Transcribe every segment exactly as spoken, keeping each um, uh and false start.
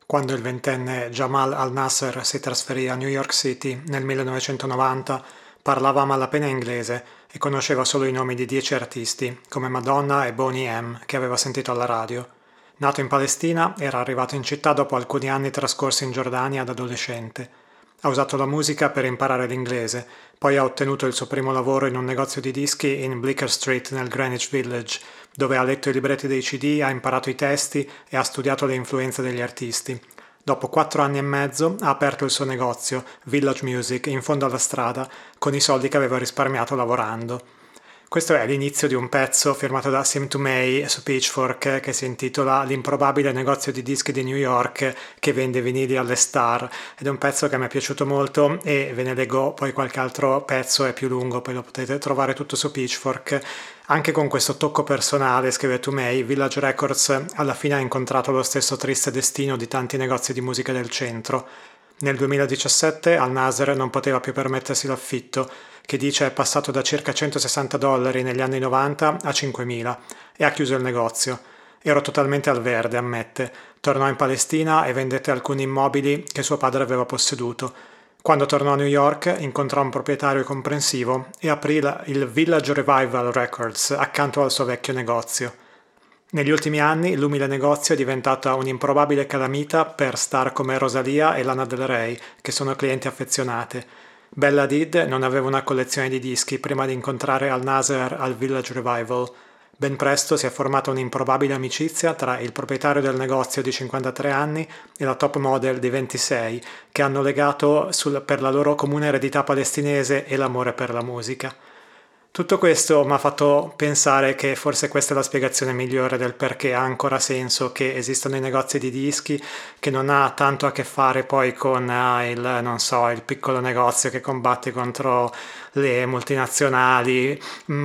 Quando il ventenne Jamal Al-Nasser si trasferì a New York City nel millenovecentonovanta, parlava a malapena inglese e conosceva solo i nomi di dieci artisti, come Madonna e Boney M, che aveva sentito alla radio. Nato in Palestina, era arrivato in città dopo alcuni anni trascorsi in Giordania da adolescente. Ha usato la musica per imparare l'inglese, poi ha ottenuto il suo primo lavoro in un negozio di dischi in Bleecker Street nel Greenwich Village, dove ha letto i libretti dei C D, ha imparato i testi e ha studiato le influenze degli artisti. Dopo quattro anni e mezzo ha aperto il suo negozio, Village Music, in fondo alla strada, con i soldi che aveva risparmiato lavorando. Questo è l'inizio di un pezzo firmato da Sim Toomey su Pitchfork che si intitola L'improbabile negozio di dischi di New York che vende vinili alle star, ed è un pezzo che mi è piaciuto molto e ve ne leggo poi qualche altro pezzo, è più lungo, poi lo potete trovare tutto su Pitchfork. Anche con questo tocco personale, scrive Toomey, Village Records alla fine ha incontrato lo stesso triste destino di tanti negozi di musica del centro. Nel duemiladiciassette Al-Nasser non poteva più permettersi l'affitto, che dice è passato da circa centosessanta dollari negli anni novanta a cinquemila, e ha chiuso il negozio. Ero totalmente al verde, ammette. Tornò in Palestina e vendette alcuni immobili che suo padre aveva posseduto. Quando tornò a New York incontrò un proprietario comprensivo e aprì la, il Village Revival Records accanto al suo vecchio negozio. Negli ultimi anni l'umile negozio è diventata un'improbabile calamita per star come Rosalia e Lana Del Rey, che sono clienti affezionate. Bella Hadid non aveva una collezione di dischi prima di incontrare Al-Nasser al Village Revival. Ben presto si è formata un'improbabile amicizia tra il proprietario del negozio di cinquantatré anni e la top model di ventisei, che hanno legato sul, per la loro comune eredità palestinese e l'amore per la musica. Tutto questo mi ha fatto pensare che forse questa è la spiegazione migliore del perché ha ancora senso che esistano i negozi di dischi, che non ha tanto a che fare poi con uh, il, non so, il piccolo negozio che combatte contro le multinazionali,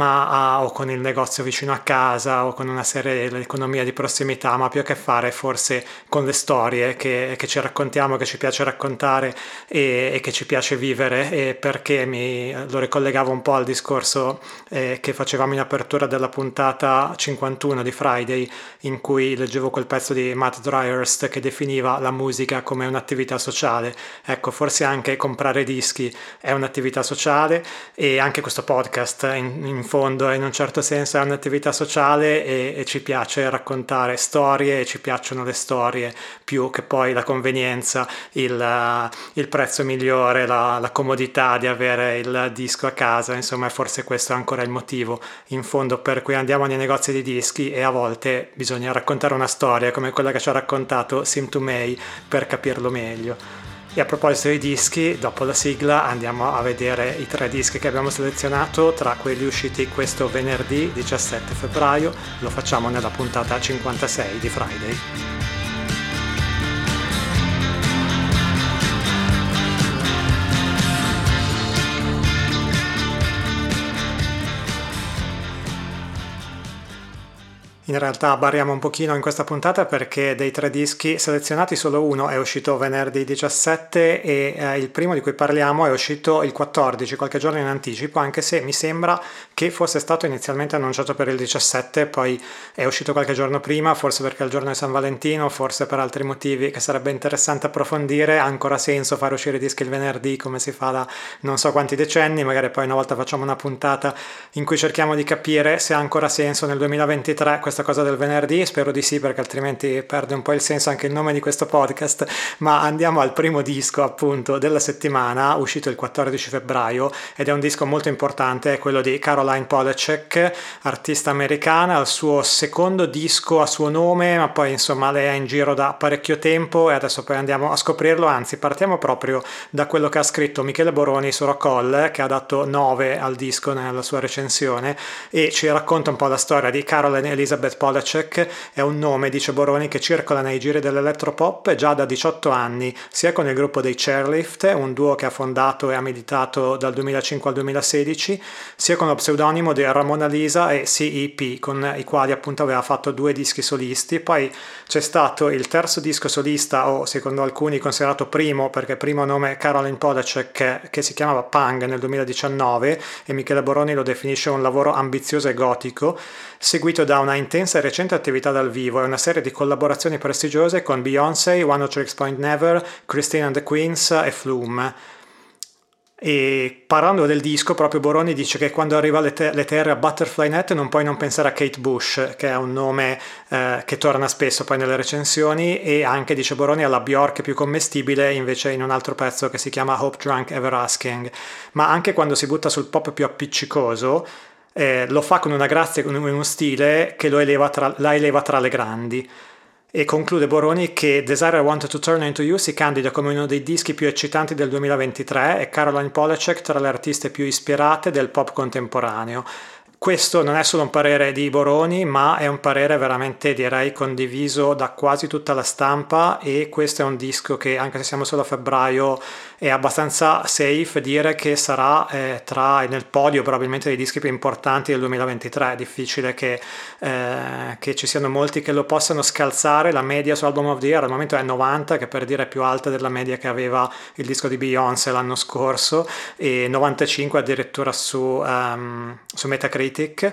ma uh, o con il negozio vicino a casa o con una serie dell'economia di prossimità, ma più a che fare forse con le storie che, che ci raccontiamo, che ci piace raccontare e, e che ci piace vivere, e perché mi lo ricollegavo un po' al discorso Eh, che facevamo in apertura della puntata cinquantuno di Friday, in cui leggevo quel pezzo di Matt Dryhurst che definiva la musica come un'attività sociale. Ecco, forse anche comprare dischi è un'attività sociale, e anche questo podcast in, in fondo in un certo senso è un'attività sociale, e, e ci piace raccontare storie, e ci piacciono le storie più che poi la convenienza, il, uh, il prezzo migliore, la, la comodità di avere il disco a casa. Insomma, è forse questo è ancora il motivo in fondo per cui andiamo nei negozi di dischi, e a volte bisogna raccontare una storia come quella che ci ha raccontato Sim Toomey per capirlo meglio. E a proposito dei dischi, dopo la sigla andiamo a vedere i tre dischi che abbiamo selezionato tra quelli usciti questo venerdì diciassette febbraio. Lo facciamo nella puntata cinquantasei di Friday. In realtà barriamo un pochino in questa puntata perché dei tre dischi selezionati solo uno è uscito venerdì diciassette e eh, il primo di cui parliamo è uscito il quattordici, qualche giorno in anticipo, anche se mi sembra che fosse stato inizialmente annunciato per il diciassette, poi è uscito qualche giorno prima, forse perché è il giorno di San Valentino, forse per altri motivi che sarebbe interessante approfondire. Ha ancora senso fare uscire i dischi il venerdì come si fa da non so quanti decenni? Magari poi una volta facciamo una puntata in cui cerchiamo di capire se ha ancora senso nel duemilaventitré questa cosa del venerdì. Spero di sì, perché altrimenti perde un po' il senso anche il nome di questo podcast. Ma andiamo al primo disco appunto della settimana, uscito il quattordici febbraio, ed è un disco molto importante, è quello di Caroline Polachek, artista americana, il suo secondo disco a suo nome, ma poi insomma lei è in giro da parecchio tempo e adesso poi andiamo a scoprirlo. Anzi, partiamo proprio da quello che ha scritto Michele Boroni su Rockall, che ha dato nove al disco nella sua recensione, e ci racconta un po' la storia di Caroline Elizabeth Polachek. È un nome, dice Boroni, che circola nei giri dell'elettropop già da diciotto anni, sia con il gruppo dei Chairlift, un duo che ha fondato e ha militato dal duemilacinque al duemilasedici, sia con lo pseudonimo di Ramona Lisa e C E P, con i quali appunto aveva fatto due dischi solisti. Poi c'è stato il terzo disco solista, o secondo alcuni considerato primo, perché primo nome Caroline Polachek, che si chiamava Pang nel duemiladiciannove, e Michele Boroni lo definisce un lavoro ambizioso e gotico, seguito da una intensa intensa e recente attività dal vivo e una serie di collaborazioni prestigiose con Beyoncé, One Tricks Point Never, Christine and the Queens e Flume. E parlando del disco, proprio Boroni dice che quando arriva l'Etherea Butterfly Net non puoi non pensare a Kate Bush, che è un nome eh, che torna spesso poi nelle recensioni, e anche, dice Boroni, alla Bjork più commestibile invece in un altro pezzo che si chiama Hope Drunk Ever Asking. Ma anche quando si butta sul pop più appiccicoso eh, lo fa con una grazia e con uno stile che lo eleva tra, la eleva tra le grandi. E conclude Boroni che Desire I Want to Turn Into You si candida come uno dei dischi più eccitanti del duemilaventitré e Caroline Polachek tra le artiste più ispirate del pop contemporaneo. Questo non è solo un parere di Boroni, ma è un parere veramente, direi, condiviso da quasi tutta la stampa, e questo è un disco che, anche se siamo solo a febbraio, è abbastanza safe dire che sarà eh, tra nel podio probabilmente dei dischi più importanti del duemilaventitré. È difficile che, eh, che ci siano molti che lo possano scalzare. La media su Album of the Year al momento è novanta, che per dire è più alta della media che aveva il disco di Beyoncé l'anno scorso, e novantacinque addirittura su, um, su Metacritic.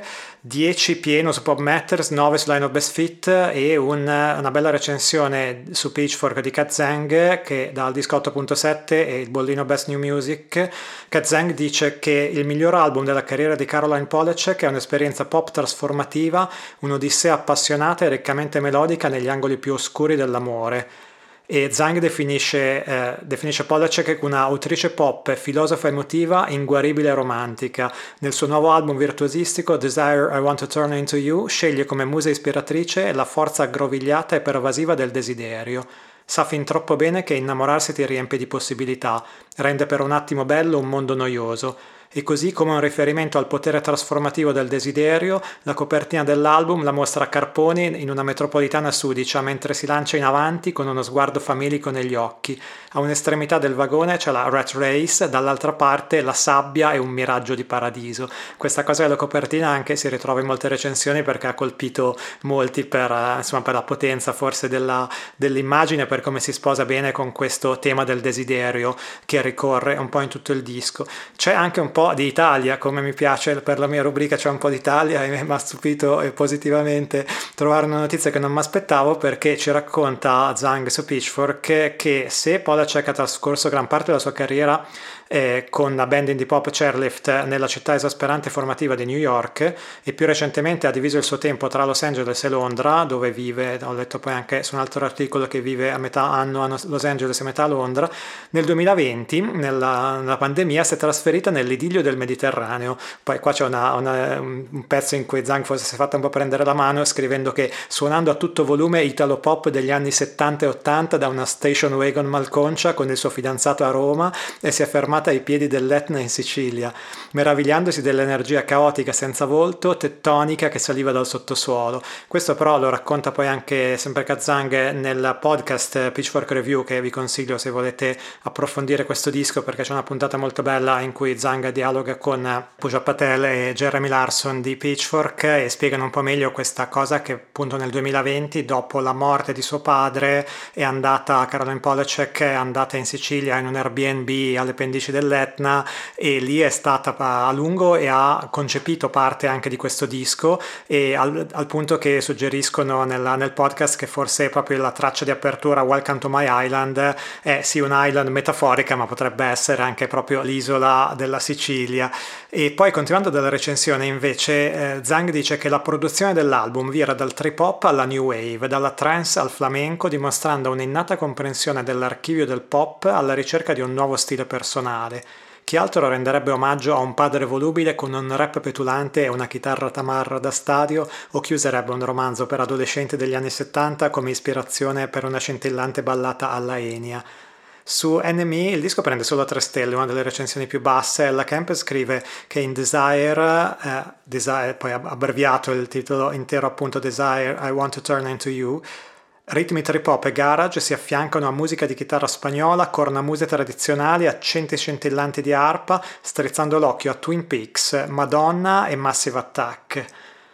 dieci pieno su Pop Matters, nove su Line of Best Fit e un, una bella recensione su Pitchfork di Kat Zhang, che dà il disco otto virgola sette e il bollino Best New Music. Kat Zhang dice che il miglior album della carriera di Caroline Polachek è un'esperienza pop trasformativa, un'odissea appassionata e riccamente melodica negli angoli più oscuri dell'amore. E Zhang definisce, eh, definisce Polachek una autrice pop, filosofa emotiva, inguaribile e romantica. Nel suo nuovo album virtuosistico Desire I Want to Turn Into You sceglie come musa ispiratrice la forza aggrovigliata e pervasiva del desiderio. Sa fin troppo bene che innamorarsi ti riempie di possibilità, rende per un attimo bello un mondo noioso. E così, come un riferimento al potere trasformativo del desiderio, la copertina dell'album la mostra Carponi in una metropolitana sudicia mentre si lancia in avanti con uno sguardo famelico negli occhi. A un'estremità del vagone c'è la Rat Race, dall'altra parte la sabbia e un miraggio di paradiso. Questa cosa della copertina anche si ritrova in molte recensioni perché ha colpito molti per, insomma, per la potenza forse della, dell'immagine, per come si sposa bene con questo tema del desiderio che ricorre un po' in tutto il disco. C'è anche un po' di Italia, come mi piace per la mia rubrica, c'è un po' d'Italia, e mi ha stupito positivamente trovare una notizia che non mi aspettavo, perché ci racconta Zhang su Pitchfork che se Polachek ha trascorso gran parte della sua carriera eh, con la band indie pop Chairlift nella città esasperante e formativa di New York, e più recentemente ha diviso il suo tempo tra Los Angeles e Londra, dove vive, ho letto poi anche su un altro articolo che vive a metà anno a Los Angeles e metà a Londra, nel duemilaventi, nella, nella pandemia, si è trasferita nell'idillio del Mediterraneo. Poi qua c'è una, una, un pezzo in cui Zhang forse si è fatta un po' prendere la mano scrivendo che suonando a tutto volume italo pop degli anni settanta e ottanta da una station wagon malconcia con il suo fidanzato a Roma, e si è fermata ai piedi dell'Etna in Sicilia, meravigliandosi dell'energia caotica senza volto, tettonica che saliva dal sottosuolo. Questo però lo racconta poi anche sempre Kat Zhang nel podcast Pitchfork Review, che vi consiglio se volete approfondire questo disco, perché c'è una puntata molto bella in cui Zhang dialoga con Pooja Patel e Jeremy Larson di Pitchfork e spiegano un po' meglio questa cosa che appunto nel duemilaventi, dopo la morte di suo padre, è andata, Caroline Polachek è andata in Sicilia in un Airbnb alle pendici dell'Etna, e lì è stata a lungo e ha concepito parte anche di questo disco, e al, al punto che suggeriscono nella, nel podcast che forse proprio la traccia di apertura Welcome to My Island è sì un island metaforica, ma potrebbe essere anche proprio l'isola della Sicilia. E poi, continuando dalla recensione, invece eh, Zhang dice che la produzione dell'album vira dal trip hop alla new wave, dalla trance al flamenco, dimostrando un'innata comprensione dell'archivio del pop alla ricerca di un nuovo stile personale. Chi altro renderebbe omaggio a un padre volubile con un rap petulante e una chitarra tamarra da stadio, o chi userebbe un romanzo per adolescenti degli anni settanta come ispirazione per una scintillante ballata alla Enya. Su N M E il disco prende solo tre stelle, una delle recensioni più basse. La Camp scrive che in Desire, eh, Desire, poi abbreviato il titolo intero appunto Desire I Want to Turn Into You, ritmi trip hop e garage si affiancano a musica di chitarra spagnola, cornamuse tradizionali, accenti scintillanti di arpa, strizzando l'occhio a Twin Peaks, Madonna e Massive Attack.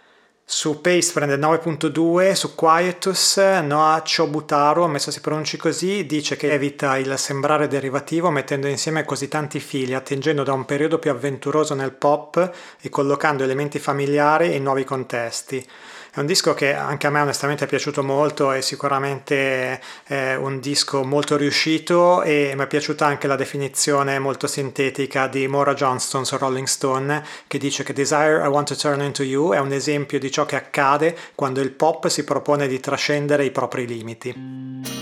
Su Paste prende nove virgola due, su Quietus Noah Chobutaru, ammesso si pronunci così, dice che evita il sembrare derivativo mettendo insieme così tanti fili, attingendo da un periodo più avventuroso nel pop e collocando elementi familiari in nuovi contesti. È È un disco che anche a me onestamente è piaciuto molto, è sicuramente eh, un disco molto riuscito e mi è piaciuta anche la definizione molto sintetica di Maura Johnston su Rolling Stone, che dice che Desire I Want to Turn Into You è un esempio di ciò che accade quando il pop si propone di trascendere i propri limiti.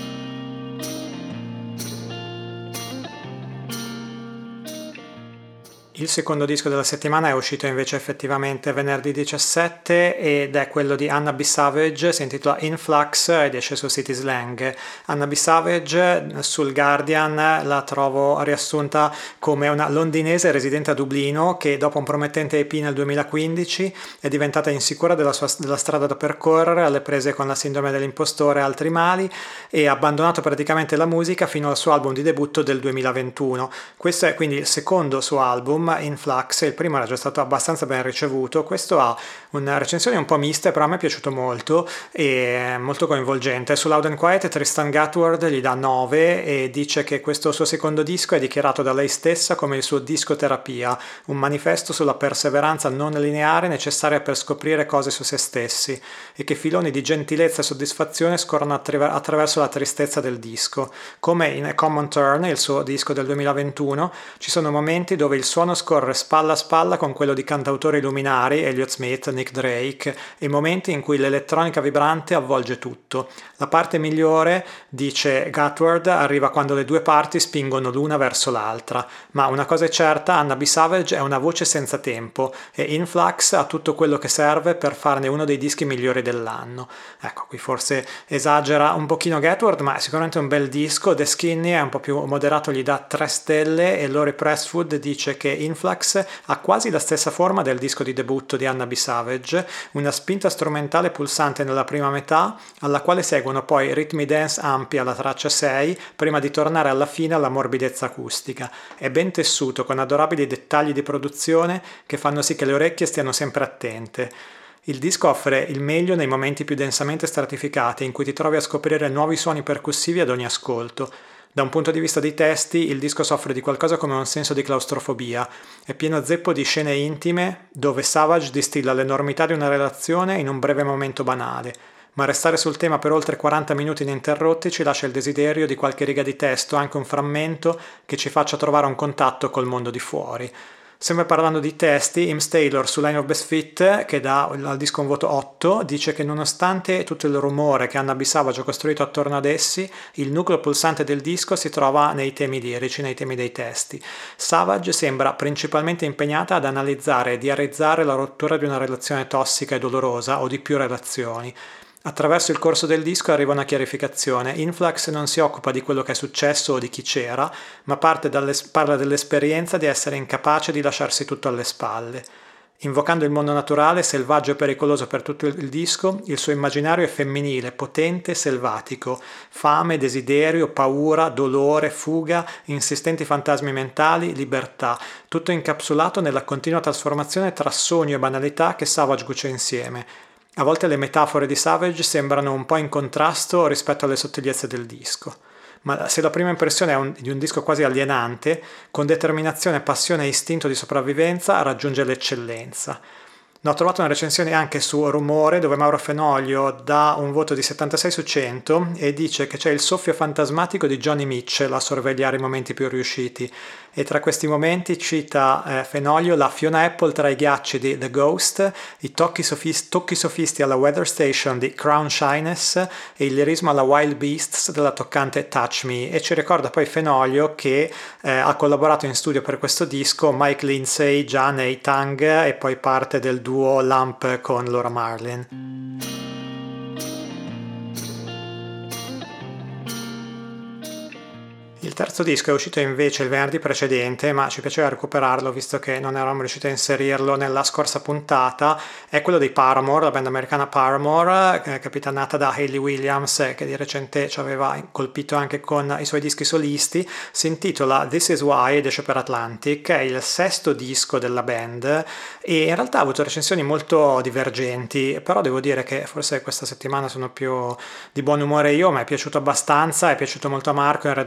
Il secondo disco della settimana è uscito invece effettivamente venerdì diciassette ed è quello di Anna B. Savage, si intitola Influx ed esce su City Slang. Anna B. Savage sul Guardian la trovo riassunta come una londinese residente a Dublino che dopo un promettente E P nel duemilaquindici è diventata insicura della, sua, della strada da percorrere, alle prese con la sindrome dell'impostore e altri mali e ha abbandonato praticamente la musica fino al suo album di debutto del duemilaventuno. Questo è quindi il secondo suo album, Influx, il primo era già stato abbastanza ben ricevuto, questo ha una recensione un po' mista, però a me è piaciuto molto e molto coinvolgente. Su Loud and Quiet Tristan Gatward gli dà nove e dice che questo suo secondo disco è dichiarato da lei stessa come il suo disco terapia, un manifesto sulla perseveranza non lineare necessaria per scoprire cose su se stessi e che filoni di gentilezza e soddisfazione scorrono attra- attraverso la tristezza del disco. Come in A Common Turn, il suo disco del duemilaventuno, ci sono momenti dove il suono scorre spalla a spalla con quello di cantautori luminari, Elliott Smith, Nick Drake, e momenti in cui l'elettronica vibrante avvolge tutto. La parte migliore, dice Gatward, arriva quando le due parti spingono l'una verso l'altra. Ma una cosa è certa, Anna B. Savage è una voce senza tempo e Influx ha tutto quello che serve per farne uno dei dischi migliori dell'anno. Ecco, qui forse esagera un pochino Gatward, ma è sicuramente un bel disco. The Skinny è un po' più moderato, gli dà tre stelle e Lori Presswood dice che Influx ha quasi la stessa forma del disco di debutto di Anna B. Savage, una spinta strumentale pulsante nella prima metà, alla quale seguono poi ritmi dance ampi alla traccia sei, prima di tornare alla fine alla morbidezza acustica. È ben tessuto, con adorabili dettagli di produzione che fanno sì che le orecchie stiano sempre attente. Il disco offre il meglio nei momenti più densamente stratificati, in cui ti trovi a scoprire nuovi suoni percussivi ad ogni ascolto. Da un punto di vista dei testi, il disco soffre di qualcosa come un senso di claustrofobia. È pieno zeppo di scene intime, dove Savage distilla l'enormità di una relazione in un breve momento banale. Ma restare sul tema per oltre quaranta minuti ininterrotti ci lascia il desiderio di qualche riga di testo, anche un frammento che ci faccia trovare un contatto col mondo di fuori. Sempre parlando di testi, Ims Taylor su Line of Best Fit, che dà al disco un voto otto, dice che nonostante tutto il rumore che Anna B. Savage ha costruito attorno ad essi, il nucleo pulsante del disco si trova nei temi lirici, nei temi dei testi. Savage sembra principalmente impegnata ad analizzare e diarizzare la rottura di una relazione tossica e dolorosa o di più relazioni. Attraverso il corso del disco arriva una chiarificazione. Influx non si occupa di quello che è successo o di chi c'era, ma parte dalle, parla dell'esperienza di essere incapace di lasciarsi tutto alle spalle. Invocando il mondo naturale, selvaggio e pericoloso per tutto il disco, il suo immaginario è femminile, potente e selvatico. Fame, desiderio, paura, dolore, fuga, insistenti fantasmi mentali, libertà. Tutto incapsulato nella continua trasformazione tra sogno e banalità che Savage cuce insieme. A volte le metafore di Savage sembrano un po' in contrasto rispetto alle sottigliezze del disco. Ma se la prima impressione è un, di un disco quasi alienante, con determinazione, passione e istinto di sopravvivenza raggiunge l'eccellenza. Ne ho trovato una recensione anche su Rumore, dove Mauro Fenoglio dà un voto di settantasei su cento e dice che c'è il soffio fantasmatico di Johnny Mitchell a sorvegliare i momenti più riusciti. E tra questi momenti cita eh, Fenoglio la Fiona Apple tra i ghiacci di The Ghost, i tocchi, sofist- tocchi sofisti alla Weather Station di Crown Shyness e il lirismo alla Wild Beasts della toccante Touch Me. E ci ricorda poi Fenoglio che eh, ha collaborato in studio per questo disco Mike Lindsay, già nei Tang e poi parte del duo Lamp con Laura Marlin. Il terzo disco è uscito invece il venerdì precedente, ma ci piaceva recuperarlo visto che non eravamo riusciti a inserirlo nella scorsa puntata. È quello dei Paramore, la band americana Paramore, eh, capitanata da Hayley Williams, eh, che di recente ci aveva colpito anche con i suoi dischi solisti. Si intitola This Is Why ed esce per Atlantic, è il sesto disco della band e in realtà ha avuto recensioni molto divergenti, però devo dire che forse questa settimana sono più di buon umore io, mi è piaciuto abbastanza, è piaciuto molto a Marco in redazione,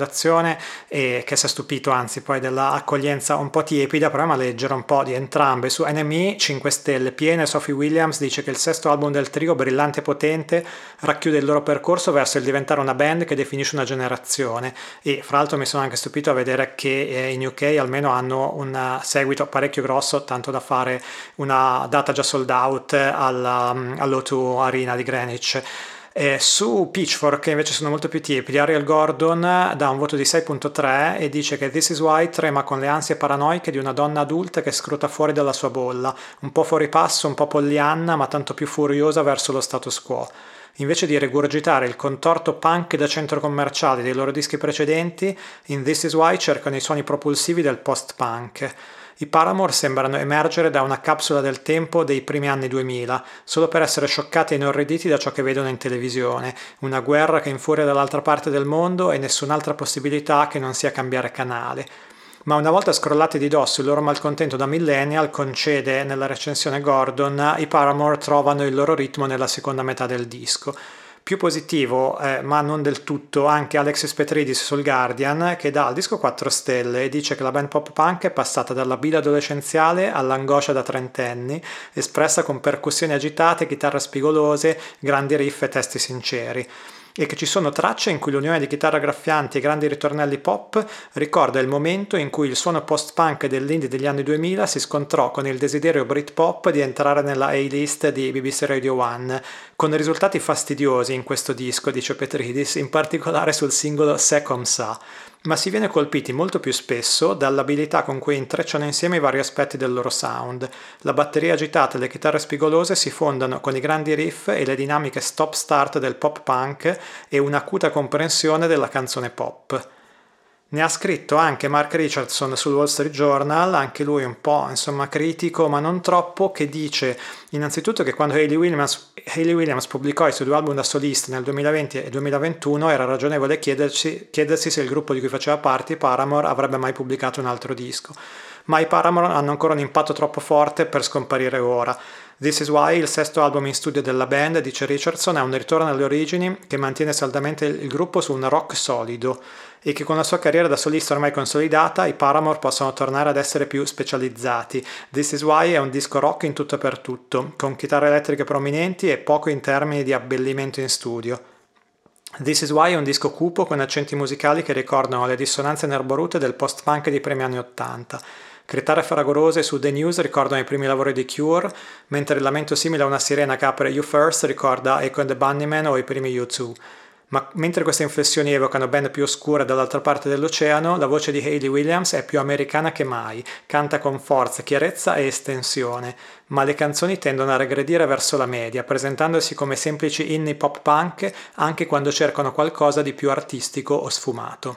recensione e che si è stupito anzi poi dell'accoglienza un po' tiepida, proviamo a leggere un po' di entrambe. Su N M E cinque stelle piene, Sophie Williams dice che il sesto album del trio, brillante e potente, racchiude il loro percorso verso il diventare una band che definisce una generazione, e fra l'altro mi sono anche stupito a vedere che in U K almeno hanno un seguito parecchio grosso, tanto da fare una data già sold out alla, all'O due Arena di Greenwich. Eh, su Pitchfork invece sono molto più tiepidi. Ariel Gordon dà un voto di sei virgola tre e dice che This Is Why trema con le ansie paranoiche di una donna adulta che scruta fuori dalla sua bolla, un po' fuori passo, un po' Pollyanna, ma tanto più furiosa verso lo status quo. Invece di regurgitare il contorto punk da centro commerciale dei loro dischi precedenti, in This Is Why cercano i suoni propulsivi del post-punk. I Paramore sembrano emergere da una capsula del tempo dei primi anni duemila, solo per essere scioccati e inorriditi da ciò che vedono in televisione, una guerra che infuria dall'altra parte del mondo e nessun'altra possibilità che non sia cambiare canale. Ma una volta scrollati di dosso il loro malcontento da millennial, concede nella recensione Gordon, i Paramore trovano il loro ritmo nella seconda metà del disco. Più positivo, eh, ma non del tutto, anche Alexis Petridis sul Guardian, che dà al disco quattro stelle e dice che la band pop punk è passata dalla bile adolescenziale all'angoscia da trentenni, espressa con percussioni agitate, chitarre spigolose, grandi riff e testi sinceri, e che ci sono tracce in cui l'unione di chitarre graffianti e grandi ritornelli pop ricorda il momento in cui il suono post-punk dell'indie degli anni duemila si scontrò con il desiderio Britpop di entrare nella A-list di B B C Radio One, con risultati fastidiosi in questo disco, dice Petridis, in particolare sul singolo C'est comme ça, ma si viene colpiti molto più spesso dall'abilità con cui intrecciano insieme i vari aspetti del loro sound. La batteria agitata e le chitarre spigolose si fondano con i grandi riff e le dinamiche stop-start del pop punk e un'acuta comprensione della canzone pop. Ne ha scritto anche Mark Richardson sul Wall Street Journal, anche lui un po' insomma critico ma non troppo, che dice innanzitutto che quando Hayley Williams, Hayley Williams pubblicò i suoi due album da solista nel duemilaventi e duemilaventuno era ragionevole chiedersi, chiedersi se il gruppo di cui faceva parte, Paramore, avrebbe mai pubblicato un altro disco. Ma i Paramore hanno ancora un impatto troppo forte per scomparire ora. This Is Why, il sesto album in studio della band, dice Richardson, è un ritorno alle origini che mantiene saldamente il gruppo su un rock solido e che con la sua carriera da solista ormai consolidata i Paramore possono tornare ad essere più specializzati. This Is Why è un disco rock in tutto e per tutto, con chitarre elettriche prominenti e poco in termini di abbellimento in studio. This Is Why è un disco cupo con accenti musicali che ricordano le dissonanze nerborute del post-punk dei primi anni ottanta. Chitarre fragorose su The News ricordano i primi lavori di Cure, mentre il lamento simile a una sirena che apre You First ricorda Echo and the Bunnymen o i primi U due. Ma mentre queste inflessioni evocano band più oscure dall'altra parte dell'oceano, la voce di Hayley Williams è più americana che mai, canta con forza, chiarezza e estensione, ma le canzoni tendono a regredire verso la media, presentandosi come semplici inni pop punk anche quando cercano qualcosa di più artistico o sfumato.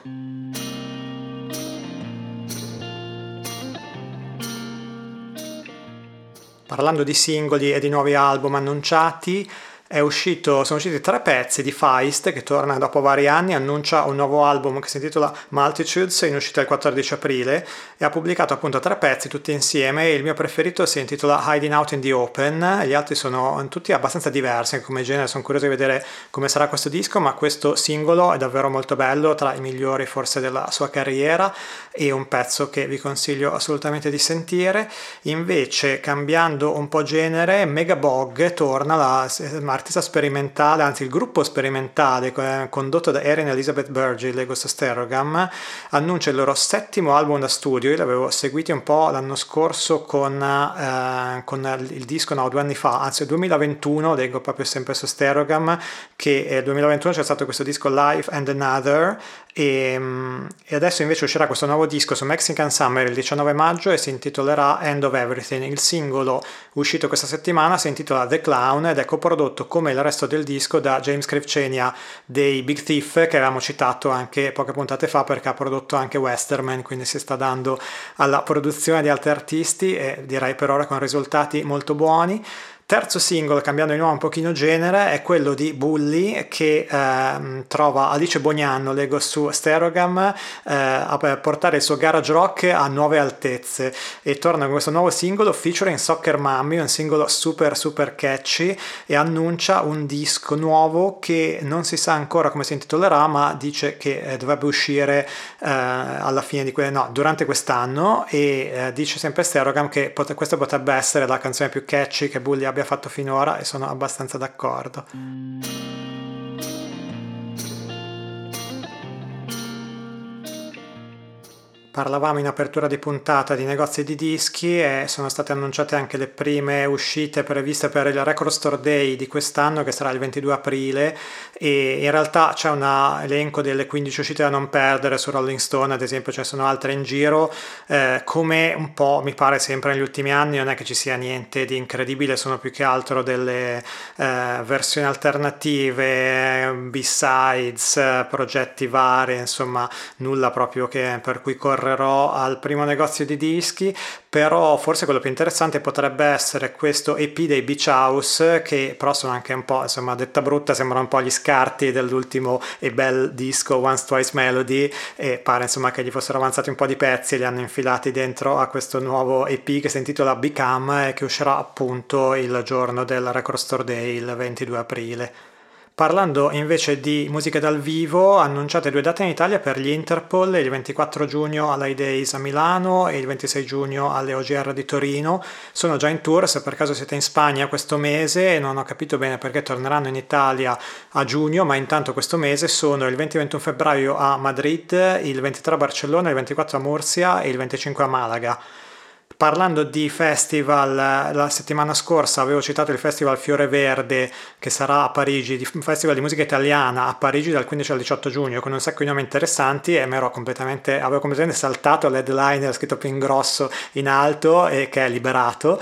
Parlando di singoli e di nuovi album annunciati, è uscito, sono usciti tre pezzi di Feist, che torna dopo vari anni, annuncia un nuovo album che si intitola Multitudes, in uscita il quattordici aprile, e ha pubblicato appunto tre pezzi tutti insieme. Il mio preferito si intitola Hiding Out in the Open, gli altri sono tutti abbastanza diversi come genere, sono curioso di vedere come sarà questo disco, ma questo singolo è davvero molto bello, tra i migliori forse della sua carriera, e un pezzo che vi consiglio assolutamente di sentire. Invece, cambiando un po' genere, Megabog torna, la artista sperimentale, anzi il gruppo sperimentale condotto da Erin Elizabeth Burgill e Ghost Stereogam, annuncia il loro settimo album da studio. Io l'avevo seguito un po' l'anno scorso con, eh, con il disco, no, due anni fa, anzi nel duemilaventuno, leggo proprio sempre su Stereogam, che nel duemilaventuno c'è stato questo disco Life and Another, e, e adesso invece uscirà questo nuovo disco su Mexican Summer il diciannove maggio e si intitolerà End of Everything. Il singolo uscito questa settimana si intitola The Clown ed è coprodotto come il resto del disco da James Krivchenia dei Big Thief, che avevamo citato anche poche puntate fa perché ha prodotto anche Westerman, quindi si sta dando alla produzione di altri artisti e direi per ora con risultati molto buoni. terzo singolo, cambiando di nuovo un pochino genere, è quello di Bully, che eh, trova Alice Bognanno, leggo su Stereogam, eh, a portare il suo garage rock a nuove altezze, e torna con questo nuovo singolo featuring Soccer Mommy, un singolo super super catchy, e annuncia un disco nuovo che non si sa ancora come si intitolerà, ma dice che eh, dovrebbe uscire eh, alla fine di que- no, durante quest'anno, e eh, dice sempre Stereogam che pot- questa potrebbe essere la canzone più catchy che Bully abbia fatto finora, e sono abbastanza d'accordo. Parlavamo in apertura di puntata di negozi di dischi, e sono state annunciate anche le prime uscite previste per il Record Store Day di quest'anno, che sarà il ventidue aprile, e in realtà c'è un elenco delle quindici uscite da non perdere su Rolling Stone, ad esempio, ce ne sono altre in giro, eh, come un po' mi pare sempre negli ultimi anni. Non è che ci sia niente di incredibile, sono più che altro delle eh, versioni alternative, B-sides, progetti vari, insomma nulla proprio che per cui correrò al primo negozio di dischi. Però forse quello più interessante potrebbe essere questo E P dei Beach House, che però sono anche un po', insomma, detta brutta, sembrano un po' gli scarti dell'ultimo e bel disco Once Twice Melody, e pare insomma che gli fossero avanzati un po' di pezzi e li hanno infilati dentro a questo nuovo E P che si intitola Become, e che uscirà appunto il giorno del Record Store Day, il ventidue aprile. Parlando invece di musica dal vivo, annunciate due date in Italia per gli Interpol: il ventiquattro giugno all'I Days a Milano e il ventisei giugno alle O G R di Torino. Sono già in tour, se per caso siete in Spagna questo mese, e non ho capito bene perché torneranno in Italia a giugno, ma intanto questo mese sono il venti e ventuno febbraio a Madrid, il ventitré a Barcellona, il ventiquattro a Murcia e il venticinque a Malaga. Parlando di festival, la settimana scorsa avevo citato il Festival Fiore Verde, che sarà a Parigi, un festival di musica italiana a Parigi dal quindici al diciotto giugno, con un sacco di nomi interessanti, e mi ero completamente, avevo completamente saltato l'headliner scritto più in grosso in alto, e che è Liberato,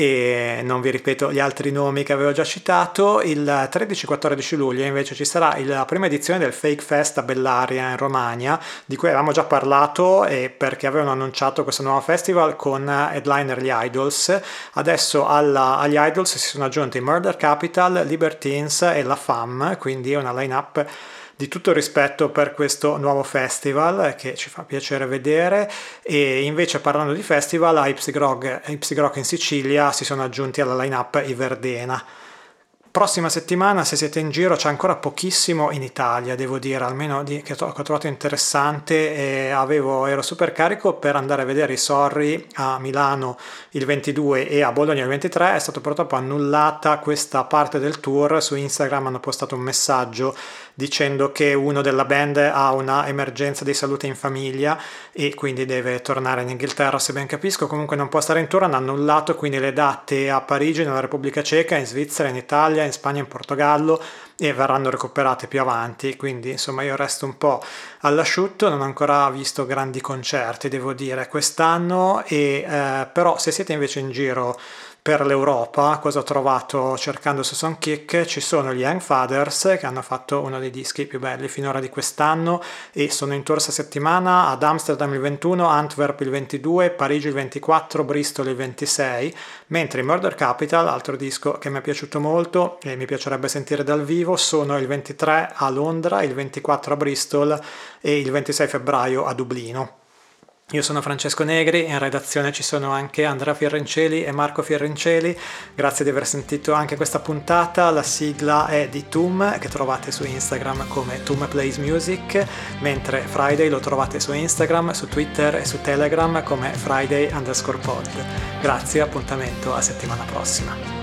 e non vi ripeto gli altri nomi che avevo già citato. Il tredici quattordici luglio invece ci sarà la prima edizione del Fake Fest a Bellaria in Romagna, di cui avevamo già parlato, e perché avevano annunciato questo nuovo festival con headliner gli Idols. Adesso alla, agli Idols si sono aggiunti Murder Capital, Libertines e La Femme, quindi è una line-up di tutto rispetto per questo nuovo festival che ci fa piacere vedere. E invece, parlando di festival, a Ipsy Grog, Ipsy Grog in Sicilia si sono aggiunti alla line-up i Verdena. Prossima settimana, se siete in giro, c'è ancora pochissimo in Italia, devo dire, almeno di, che, ho, che ho trovato interessante, e avevo, ero super carico per andare a vedere i Sorry a Milano il ventidue e a Bologna il ventitré. È stato purtroppo annullata questa parte del tour. Su Instagram hanno postato un messaggio dicendo che uno della band ha una emergenza di salute in famiglia e quindi deve tornare in Inghilterra, se ben capisco. Comunque non può stare in tour, hanno annullato quindi le date a Parigi, nella Repubblica Ceca, in Svizzera, in Italia, in Spagna, in Portogallo, e verranno recuperate più avanti. Quindi insomma io resto un po' all'asciutto, non ho ancora visto grandi concerti, devo dire, quest'anno. E eh, però se siete invece in giro per l'Europa, cosa ho trovato cercando su Songkick? Ci sono gli Young Fathers, che hanno fatto uno dei dischi più belli finora di quest'anno, e sono in tour questa settimana ad Amsterdam il ventuno, Antwerp il ventidue, Parigi il ventiquattro, Bristol il ventisei, mentre i Murder Capital, altro disco che mi è piaciuto molto e mi piacerebbe sentire dal vivo, sono il ventitré a Londra, il ventiquattro a Bristol e il ventisei febbraio a Dublino. Io sono Francesco Negri, in redazione ci sono anche Andrea Fiorenceli e Marco Fiorenceli. Grazie di aver sentito anche questa puntata. La sigla è di Toom, che trovate su Instagram come Toom Plays Music, mentre Friday lo trovate su Instagram, su Twitter e su Telegram come Friday underscore pod. Grazie, appuntamento a settimana prossima.